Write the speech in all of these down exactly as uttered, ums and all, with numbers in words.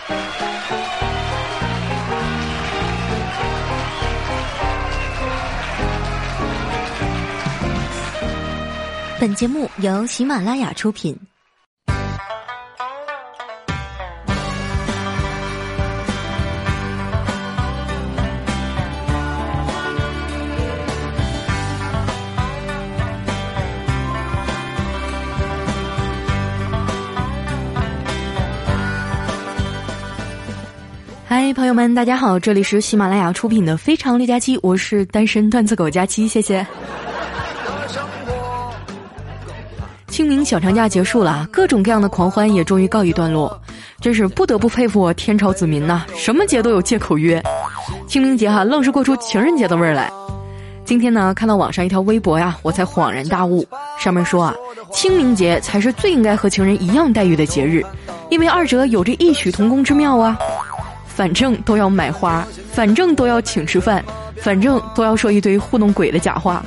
本节目由喜马拉雅出品。嗨，朋友们，大家好，这里是喜马拉雅出品的《非常六加七》，我是单身段子狗佳期，谢谢。清明小长假结束了，各种各样的狂欢也终于告一段落，真是不得不佩服我天朝子民呐、啊，什么节都有借口约。清明节哈、啊，愣是过出情人节的味儿来。今天呢，看到网上一条微博呀，我才恍然大悟，上面说啊，清明节才是最应该和情人一样待遇的节日，因为二者有着异曲同工之妙啊。反正都要买花，反正都要请吃饭，反正都要说一堆糊弄鬼的假话。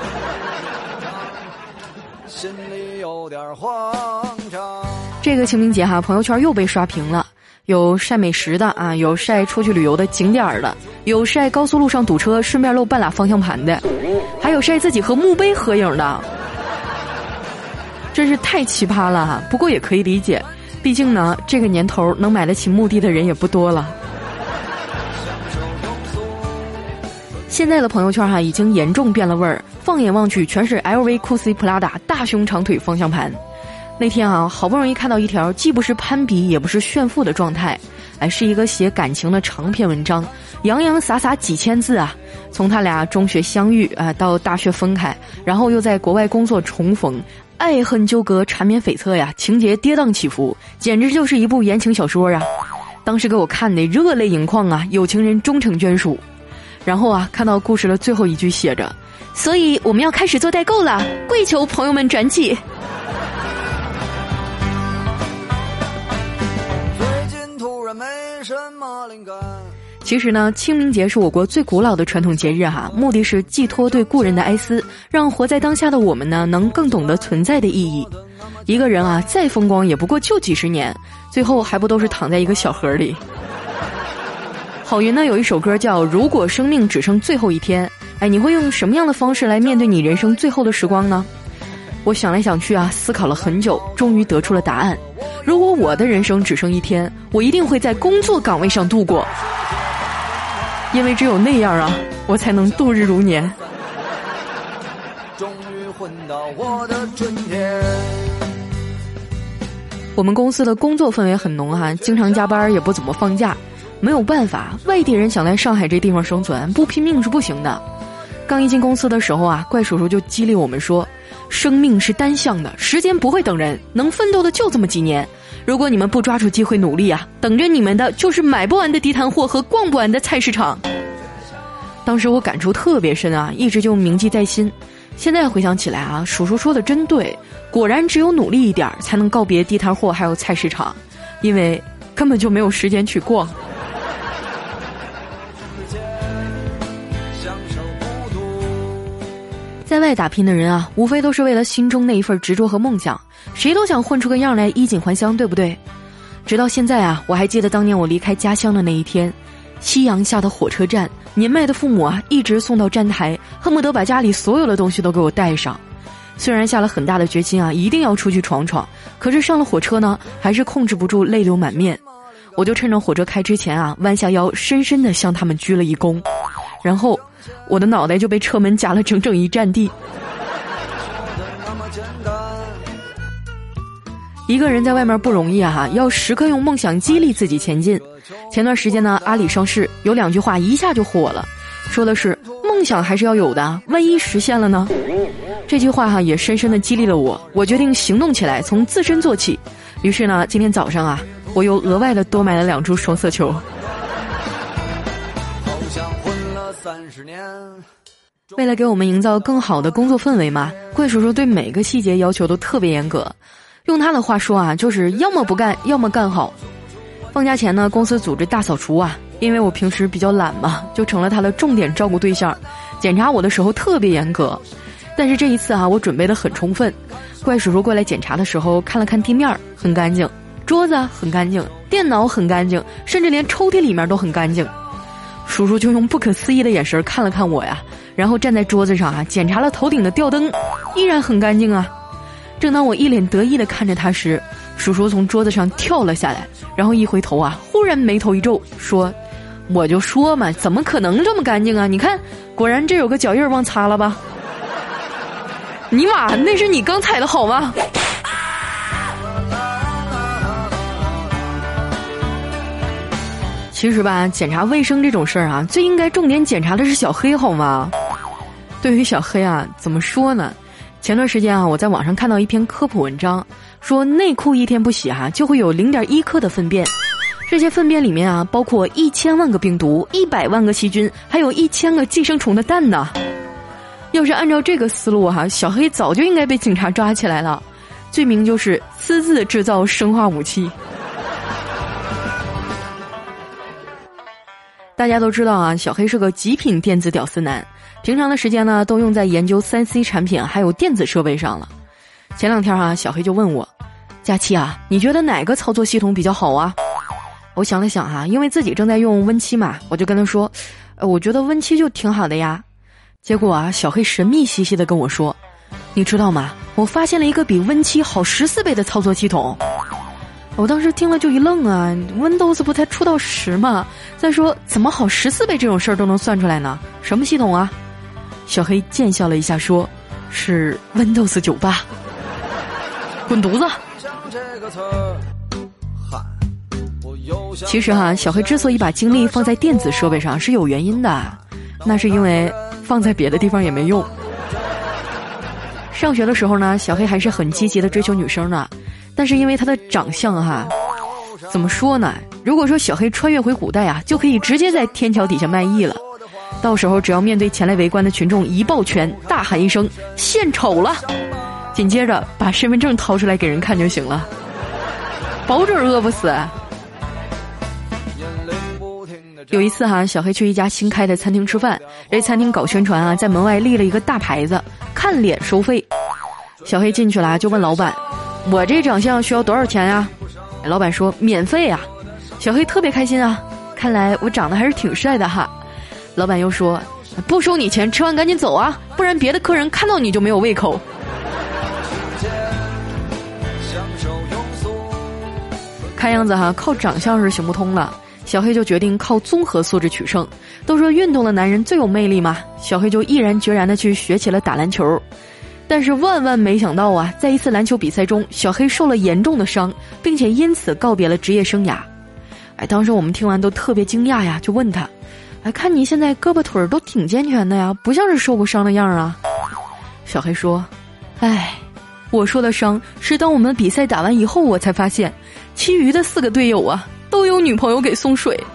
这个清明节哈，朋友圈又被刷屏了，有晒美食的啊，有晒出去旅游的景点的，有晒高速路上堵车顺便漏半拉方向盘的，还有晒自己和墓碑合影的，真是太奇葩了哈。不过也可以理解，毕竟呢，这个年头能买得起墓地的人也不多了。现在的朋友圈哈已经严重变了味儿，放眼望去全是 L V、酷 C、普拉达大胸长腿方向盘。那天啊，好不容易看到一条既不是攀比也不是炫富的状态，哎，是一个写感情的长篇文章，洋洋洒洒几千字啊，从他俩中学相遇啊到大学分开，然后又在国外工作重逢，爱恨纠葛缠绵悱恻呀，情节跌宕起伏，简直就是一部言情小说啊！当时给我看的热泪盈眶啊，有情人终成眷属。然后啊，看到故事的最后一句写着，所以我们要开始做代购了，跪求朋友们转起。最近突然没什么灵感。其实呢，清明节是我国最古老的传统节日哈，目的是寄托对故人的哀思，让活在当下的我们呢，能更懂得存在的意义。一个人啊，再风光也不过就几十年，最后还不都是躺在一个小盒里。郝云呢有一首歌叫《如果生命只剩最后一天》，哎，你会用什么样的方式来面对你人生最后的时光呢？我想来想去啊，思考了很久，终于得出了答案。如果我的人生只剩一天，我一定会在工作岗位上度过，因为只有那样啊，我才能度日如年。终于混到我的春天。我们公司的工作氛围很浓哈、啊，经常加班，也不怎么放假。没有办法，外地人想在上海这地方生存，不拼命是不行的。刚一进公司的时候啊，怪叔叔就激励我们说，生命是单向的，时间不会等人，能奋斗的就这么几年。如果你们不抓住机会努力啊，等着你们的就是买不完的地摊货和逛不完的菜市场。当时我感触特别深啊，一直就铭记在心。现在回想起来啊，叔叔说的真对，果然只有努力一点才能告别地摊货还有菜市场，因为根本就没有时间去逛。在外打拼的人啊，无非都是为了心中那一份执着和梦想，谁都想混出个样来衣锦还乡，对不对？直到现在啊，我还记得当年我离开家乡的那一天，夕阳下的火车站，年迈的父母啊一直送到站台，恨不得把家里所有的东西都给我带上。虽然下了很大的决心啊，一定要出去闯闯，可是上了火车呢，还是控制不住泪流满面。我就趁着火车开之前啊，弯下腰深深地向他们鞠了一躬，然后我的脑袋就被车门夹了整整一站地。一个人在外面不容易啊，要时刻用梦想激励自己前进。前段时间呢，阿里上市，有两句话一下就火了，说的是梦想还是要有的，万一实现了呢？这句话哈、啊、也深深地激励了我，我决定行动起来，从自身做起。于是呢，今天早上啊，我又额外的多买了两株双色球。为了给我们营造更好的工作氛围嘛，怪叔叔对每个细节要求都特别严格。用他的话说啊，就是要么不干，要么干好。放假前呢，公司组织大扫除啊，因为我平时比较懒嘛，就成了他的重点照顾对象，检查我的时候特别严格。但是这一次啊，我准备得很充分。怪叔叔过来检查的时候，看了看地面，很干净， 桌子很干净，电脑很干净，甚至连抽屉里面都很干净。叔叔就用不可思议的眼神看了看我呀，然后站在桌子上啊，检查了头顶的吊灯，依然很干净啊。正当我一脸得意地看着他时，叔叔从桌子上跳了下来，然后一回头啊，忽然眉头一皱，说：“我就说嘛，怎么可能这么干净啊？你看，果然这有个脚印忘擦了吧？尼玛，那是你刚踩的好吗？”其实吧，检查卫生这种事儿啊，最应该重点检查的是小黑，好吗？对于小黑啊，怎么说呢？前段时间啊，我在网上看到一篇科普文章，说内裤一天不洗啊，就会有 零点一 克的粪便。这些粪便里面啊，包括一千万个病毒、一百万个细菌，还有一千个寄生虫的蛋呢。要是按照这个思路哈、啊，小黑早就应该被警察抓起来了，罪名就是私自制造生化武器。大家都知道啊，小黑是个极品电子屌丝男，平常的时间呢都用在研究 三 C 产品还有电子设备上了。前两天啊，小黑就问我：“佳期啊，你觉得哪个操作系统比较好啊？”我想了想哈、啊，因为自己正在用 Win 七嘛，我就跟他说：“呃，我觉得 Win 七就挺好的呀。”结果啊，小黑神秘兮兮的跟我说：“你知道吗？我发现了一个比 Win 七好十四倍的操作系统。”我当时听了就一愣啊 ，Windows 不才出到十吗？再说怎么好十四倍这种事儿都能算出来呢？什么系统啊？小黑贱笑了一下说：“是 Windows 九十八。”滚犊子！其实哈、啊，小黑之所以把精力放在电子设备上是有原因的，那是因为放在别的地方也没用。上学的时候呢，小黑还是很积极的追求女生的。但是因为他的长相哈，怎么说呢？如果说小黑穿越回古代啊，就可以直接在天桥底下卖艺了。到时候只要面对前来围观的群众一抱拳，大喊一声“献丑了”，紧接着把身份证掏出来给人看就行了，保准饿不死。有一次哈，小黑去一家新开的餐厅吃饭，这餐厅搞宣传啊，在门外立了一个大牌子“看脸收费”。小黑进去了就问老板：“我这长相需要多少钱呀、啊？”老板说：“免费啊。”小黑特别开心啊，看来我长得还是挺帅的哈。老板又说：“不收你钱，吃完赶紧走啊，不然别的客人看到你就没有胃口。”看样子哈，靠长相是行不通了。小黑就决定靠综合素质取胜。都说运动的男人最有魅力嘛，小黑就毅然决然地去学起了打篮球。但是万万没想到啊，在一次篮球比赛中，小黑受了严重的伤，并且因此告别了职业生涯。哎，当时我们听完都特别惊讶呀，就问他：“哎，看你现在胳膊腿儿都挺健全的呀，不像是受过伤的样啊。”小黑说：“哎，我说的伤是当我们比赛打完以后，我才发现，其余的四个队友啊，都有女朋友给送水。”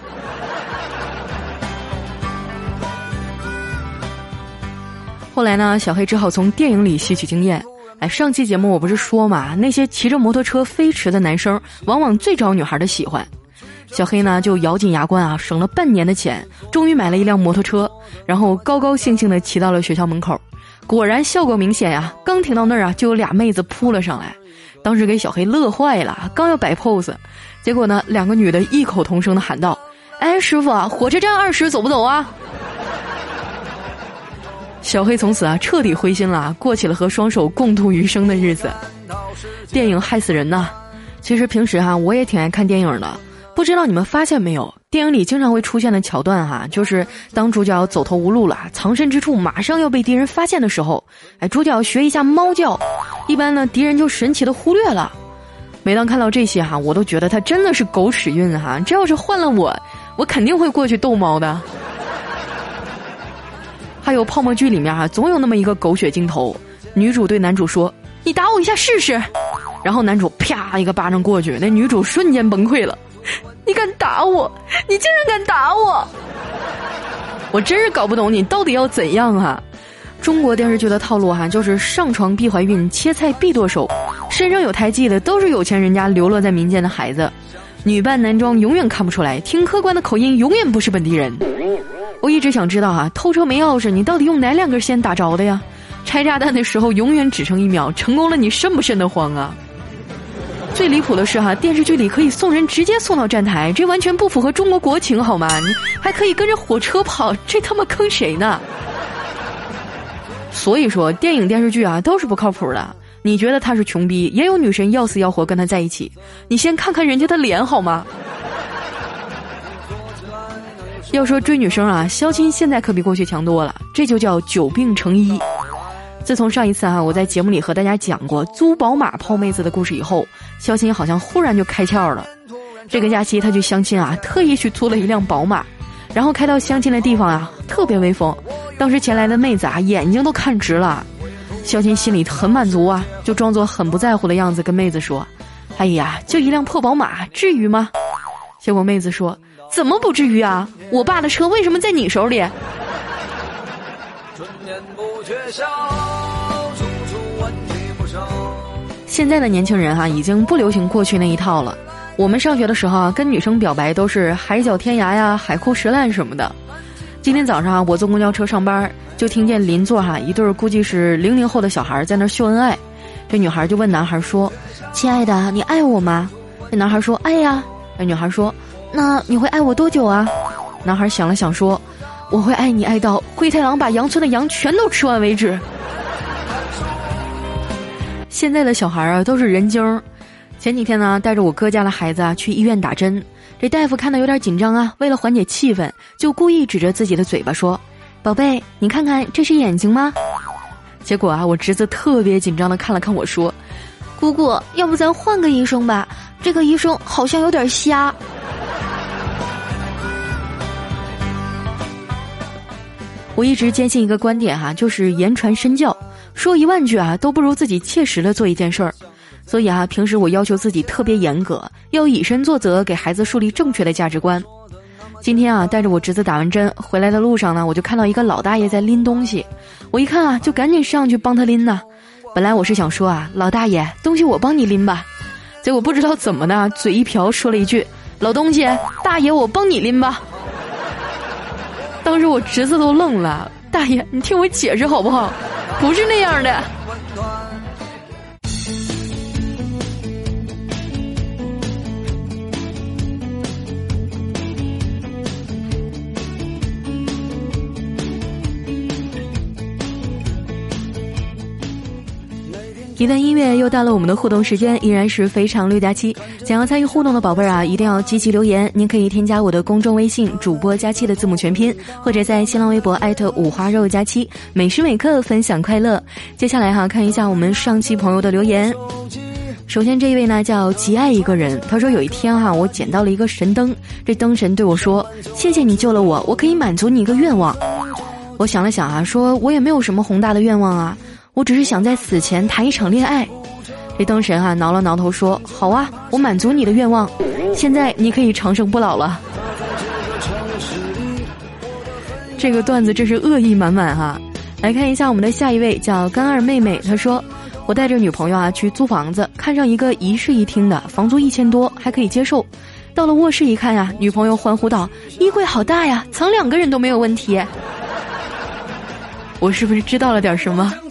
后来呢，小黑只好从电影里吸取经验。哎，上期节目我不是说嘛，那些骑着摩托车飞驰的男生，往往最招女孩的喜欢。小黑呢，就咬紧牙关啊，省了半年的钱，终于买了一辆摩托车，然后高高兴兴地骑到了学校门口。果然效果明显呀，刚停到那儿啊，就有俩妹子扑了上来，当时给小黑乐坏了，刚要摆 pose， 结果呢，两个女的异口同声地喊道：“哎，师傅啊，火车站二十走不走啊？”小黑从此啊彻底灰心了，过起了和双手共度余生的日子。电影害死人呐！其实平时哈、啊、我也挺爱看电影的，不知道你们发现没有，电影里经常会出现的桥段哈、啊，就是当主角走投无路了，藏身之处马上要被敌人发现的时候，哎，主角学一下猫叫，一般呢敌人就神奇的忽略了。每当看到这些哈、啊，我都觉得他真的是狗屎运哈、啊！这要是换了我，我肯定会过去逗猫的。还有泡沫剧里面啊，总有那么一个狗血镜头，女主对男主说：“你打我一下试试。”然后男主啪一个巴掌过去，那女主瞬间崩溃了：“你敢打我？你竟然敢打我！”我真是搞不懂你到底要怎样啊！中国电视剧的套路哈、啊，就是上床必怀孕，切菜必剁手，身上有胎记的都是有钱人家流落在民间的孩子，女扮男装永远看不出来，听客观的口音永远不是本地人。我一直想知道啊，偷车没钥匙，你到底用哪两根线打着的呀？拆炸弹的时候永远只剩一秒，成功了你瘆不瘆得慌啊？ 最离谱的是哈，电视剧里可以送人直接送到站台，这完全不符合中国国情好吗？你还可以跟着火车跑，这他妈坑谁呢？所以说电影电视剧啊都是不靠谱的。你觉得他是穷逼，也有女神要死要活跟他在一起，你先看看人家的脸好吗？要说追女生啊，肖钦现在可比过去强多了，这就叫久病成医。自从上一次啊，我在节目里和大家讲过租宝马泡妹子的故事以后，肖钦好像忽然就开窍了。这个假期他去相亲啊，特意去租了一辆宝马，然后开到相亲的地方啊，特别威风。当时前来的妹子啊，眼睛都看直了。肖钦心里很满足啊，就装作很不在乎的样子跟妹子说：“哎呀，就一辆破宝马，至于吗？”结果妹子说：“怎么不至于啊？我爸的车为什么在你手里？”现在的年轻人哈、啊，已经不流行过去那一套了。我们上学的时候啊，跟女生表白都是海角天涯呀、海枯石烂什么的。今天早上啊，我坐公交车上班，就听见邻座哈、啊、一对估计是零零后的小孩在那秀恩爱。这女孩就问男孩说：“亲爱的，你爱我吗？”这男孩说：“爱呀。”那女孩说：“那你会爱我多久啊？”男孩想了想说：“我会爱你爱到灰太狼把羊村的羊全都吃完为止。”现在的小孩啊都是人精儿。前几天呢，带着我哥家的孩子啊去医院打针，这大夫看得有点紧张啊，为了缓解气氛，就故意指着自己的嘴巴说：“宝贝，你看看这是眼睛吗？”结果啊，我侄子特别紧张的看了看我说：“姑姑，要不咱换个医生吧？这个医生好像有点瞎。”我一直坚信一个观点哈、啊，就是言传身教，说一万句啊都不如自己切实的做一件事儿。所以啊，平时我要求自己特别严格，要以身作则，给孩子树立正确的价值观。今天啊，带着我侄子打完针回来的路上呢，我就看到一个老大爷在拎东西，我一看啊，就赶紧上去帮他拎呢。本来我是想说啊，老大爷，东西我帮你拎吧，结果不知道怎么的，嘴一瓢说了一句：“老东西，大爷我帮你拎吧。”当时我侄子都愣了，大爷，你听我解释好不好？不是那样的。一段音乐又到了我们的互动时间，依然是非常六加七。想要参与互动的宝贝儿啊，一定要积极留言。您可以添加我的公众微信主播加七的字母全拼，或者在新浪微博艾特五花肉加七，每时每刻分享快乐。接下来哈、啊，看一下我们上期朋友的留言。首先这一位呢叫极爱一个人，他说有一天哈、啊，我捡到了一个神灯，这灯神对我说：“谢谢你救了我，我可以满足你一个愿望。”我想了想啊，说我也没有什么宏大的愿望啊。我只是想在死前谈一场恋爱。这灯神啊挠了挠头说：“好啊，我满足你的愿望，现在你可以长生不老了。”这个段子真是恶意满满哈、啊。来看一下我们的下一位叫干二妹妹，她说：“我带着女朋友啊去租房子，看上一个一室一厅的，房租一千多，还可以接受。到了卧室一看呀，女朋友欢呼道：‘衣柜好大呀，藏两个人都没有问题。’我是不是知道了点什么？”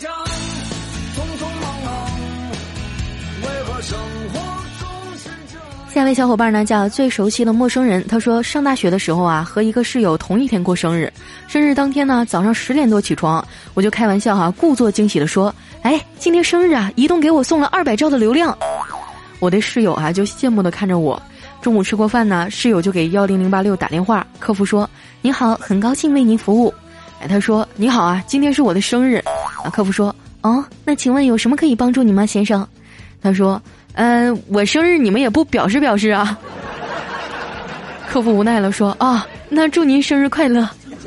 下位小伙伴呢叫最熟悉的陌生人，他说上大学的时候啊，和一个室友同一天过生日，生日当天呢早上十点多起床，我就开玩笑哈、啊，故作惊喜的说：“哎，今天生日啊，移动给我送了二百兆的流量。”我的室友啊就羡慕的看着我。中午吃过饭呢，室友就给幺零零八六打电话，客服说：“你好，很高兴为您服务。”哎，他说：“你好啊，今天是我的生日。”啊，客服说：“哦，那请问有什么可以帮助你吗，先生？”他说：“呃，我生日你们也不表示表示啊。”客服无奈了说：“啊，那祝您生日快乐。”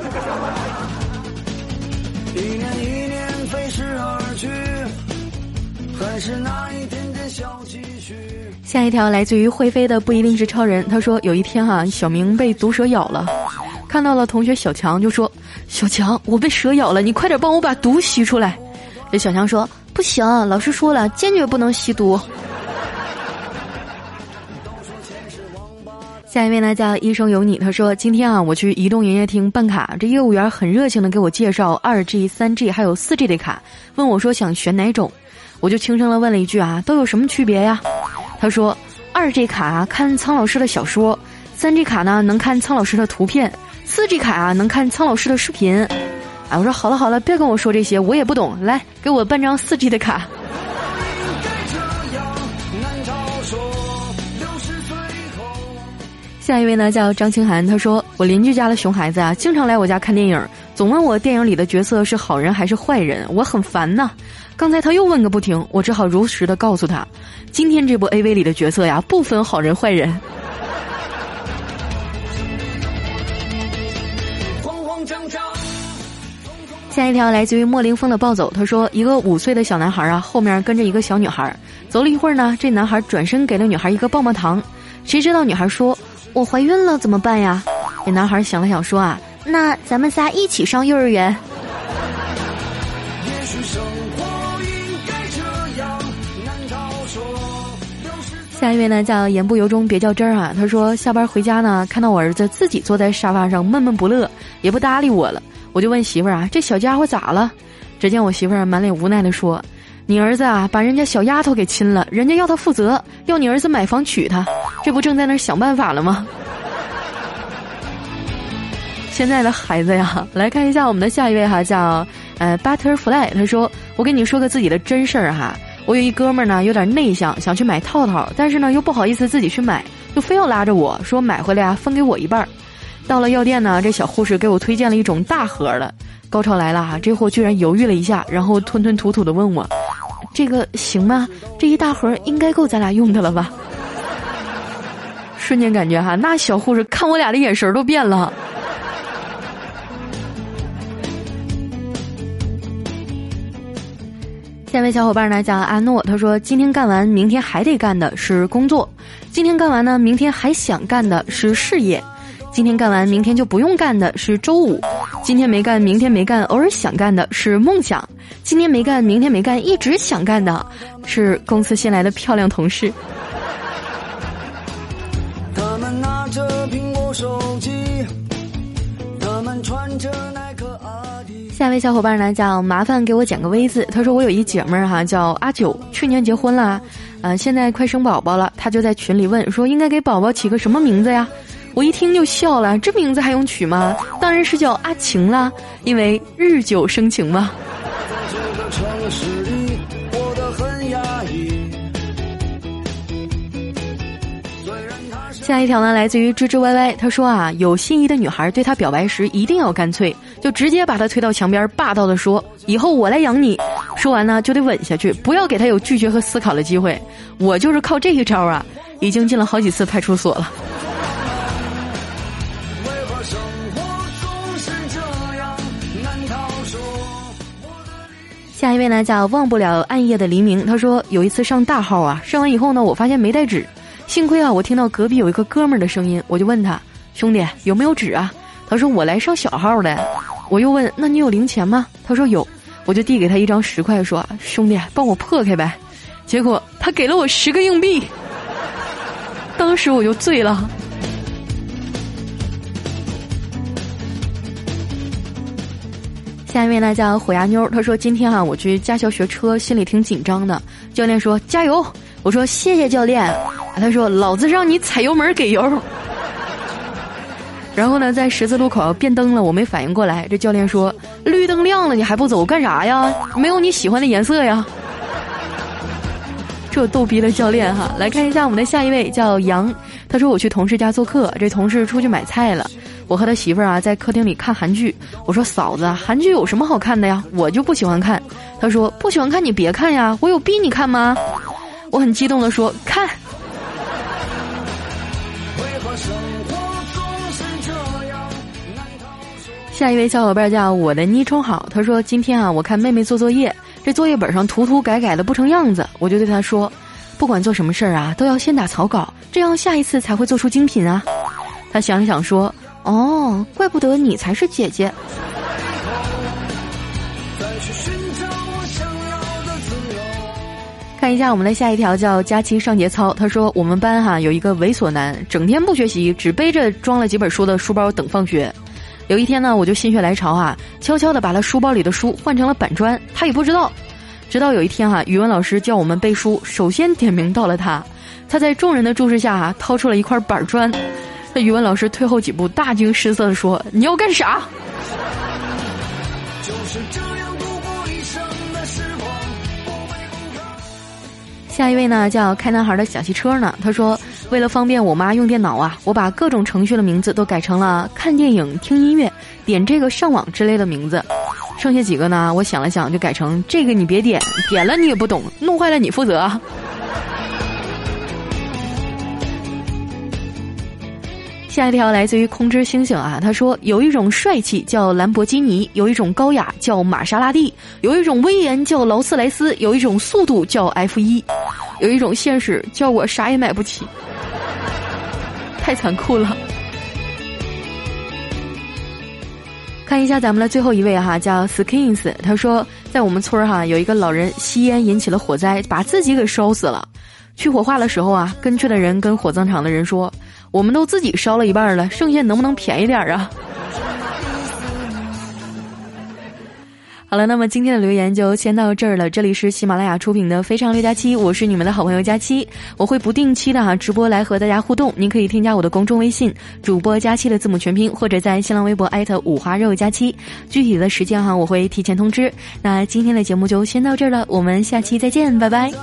一年一年飞逝而去，还是那一点点小积蓄。下一条来自于会飞的不一定是超人，他说有一天哈、啊，小明被毒蛇咬了，看到了同学小强就说：“小强，我被蛇咬了，你快点帮我把毒吸出来。”这小强说：“不行，老师说了，坚决不能吸毒。”下一位呢叫医生有你，他说今天啊我去移动营业厅办卡，这业务员很热情的给我介绍 二 G、三 G 还有 四 G 的卡，问我说想选哪种，我就轻声的问了一句啊都有什么区别呀？ 他说二 G 卡看苍老师的小说，三 G 卡呢能看苍老师的图片，四 G 卡啊能看苍老师的视频。哎，我说好了好了，别跟我说这些，我也不懂，来给我办张四 G 的卡。下一位呢叫张清涵，他说我邻居家的熊孩子啊，经常来我家看电影，总问我电影里的角色是好人还是坏人，我很烦呐。刚才他又问个不停，我只好如实的告诉他，今天这部 A V 里的角色呀，不分好人坏人。下一条来自于莫凌风的暴走，他说一个五岁的小男孩啊，后面跟着一个小女孩，走了一会儿呢，这男孩转身给了女孩一个棒棒糖，谁知道女孩说我怀孕了怎么办呀？这男孩想了想说啊，那咱们仨一起上幼儿园。下一位呢叫言不由衷别较真儿啊，他说下班回家呢，看到我儿子自己坐在沙发上闷闷不乐，也不搭理我了，我就问媳妇儿啊，这小家伙咋了？只见我媳妇儿满脸无奈地说，你儿子啊把人家小丫头给亲了，人家要他负责，要你儿子买房娶她，这不正在那儿想办法了吗？现在的孩子呀，来看一下我们的下一位哈，叫呃 Butterfly， 他说我跟你说个自己的真事儿哈，我有一哥们儿呢有点内向，想去买套套，但是呢又不好意思自己去买，就非要拉着我说买回来啊分给我一半。到了药店呢，这小护士给我推荐了一种大盒的，高潮来了哈，这货居然犹豫了一下，然后吞吞吐吐的问我，这个行吗？这一大盒应该够咱俩用的了吧？瞬间感觉哈，那小护士看我俩的眼神都变了。下位小伙伴呢叫阿诺，他说今天干完明天还得干的是工作，今天干完呢明天还想干的是事业，今天干完明天就不用干的是周五，今天没干明天没干偶尔想干的是梦想，今天没干明天没干一直想干的是公司新来的漂亮同事。他们拿着苹果手机，他们穿着耐克阿迪。下位小伙伴呢叫麻烦给我捡个 V 字，他说我有一姐妹儿哈叫阿九，去年结婚了，呃现在快生宝宝了，她就在群里问说应该给宝宝起个什么名字呀？我一听就笑了，这名字还用取吗？当然是叫阿晴啦，因为日久生情嘛。在这个城市里活得很压抑。下一条呢来自于吱吱歪歪，他说啊，有心仪的女孩对他表白时一定要干脆，就直接把他推到墙边，霸道的说以后我来养你，说完呢就得吻下去，不要给他有拒绝和思考的机会。我就是靠这一招啊，已经进了好几次派出所了。下一位呢叫忘不了暗夜的黎明，他说有一次上大号啊，上完以后呢我发现没带纸，幸亏啊我听到隔壁有一个哥们儿的声音，我就问他，兄弟有没有纸啊？他说我来上小号的。我又问那你有零钱吗？他说有。我就递给他一张十块，说兄弟帮我破开呗。结果他给了我十个硬币，当时我就醉了。下一位呢叫火牙妞，他说今天啊我去驾校学车，心里挺紧张的，教练说加油，我说谢谢教练，他说老子让你踩油门给油。然后呢在十字路口变灯了，我没反应过来，这教练说绿灯亮了你还不走干啥呀？没有你喜欢的颜色呀。这逗逼的教练哈。来看一下我们的下一位叫杨，他说我去同事家做客，这同事出去买菜了，我和他媳妇儿啊在客厅里看韩剧，我说嫂子韩剧有什么好看的呀？我就不喜欢看。他说不喜欢看你别看呀，我有逼你看吗？我很激动的说看。下一位小伙伴叫我的昵称好，他说今天啊我看妹妹做作业，这作业本上涂涂改改的不成样子，我就对他说不管做什么事儿啊都要先打草稿，这样下一次才会做出精品啊。他想了想说哦怪不得你才是姐姐。看一下我们的下一条叫佳期上节操，他说我们班哈有一个猥琐男，整天不学习，只背着装了几本书的书包等放学。有一天呢我就心血来潮啊，悄悄地把他书包里的书换成了板砖，他也不知道。直到有一天哈、啊，语文老师叫我们背书，首先点名到了他， 他在众人的注视下啊，掏出了一块板砖。那语文老师退后几步，大惊失色地说：“你要干啥？”就是这样度过一生的时光，不卑不亢。下一位呢，叫开男孩的小汽车呢，他说：“为了方便我妈用电脑啊，我把各种程序的名字都改成了看电影、听音乐、点这个上网之类的名字。剩下几个呢，我想了想，就改成这个你别点，点了你也不懂，弄坏了你负责。”下一条来自于空之星星啊，他说有一种帅气叫兰博基尼，有一种高雅叫玛莎拉蒂，有一种威严叫劳斯莱斯，有一种速度叫 F 一，有一种现实叫我啥也买不起。太残酷了。看一下咱们的最后一位哈，叫 Skins， 他说在我们村哈有一个老人吸烟引起了火灾，把自己给烧死了。去火化的时候啊，跟去的人跟火葬场的人说，我们都自己烧了一半了，剩下能不能便宜点啊？好了，那么今天的留言就先到这儿了。这里是喜马拉雅出品的非常六加七，我是你们的好朋友佳期，我会不定期的啊直播来和大家互动。您可以添加我的公众微信主播佳期的字母全拼，或者在新浪微博艾特五花肉佳期，具体的时间哈我会提前通知。那今天的节目就先到这儿了，我们下期再见，拜拜。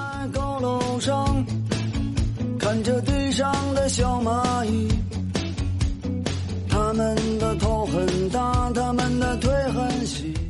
看着地上的小蚂蚁，它们的头很大，它们的腿很细。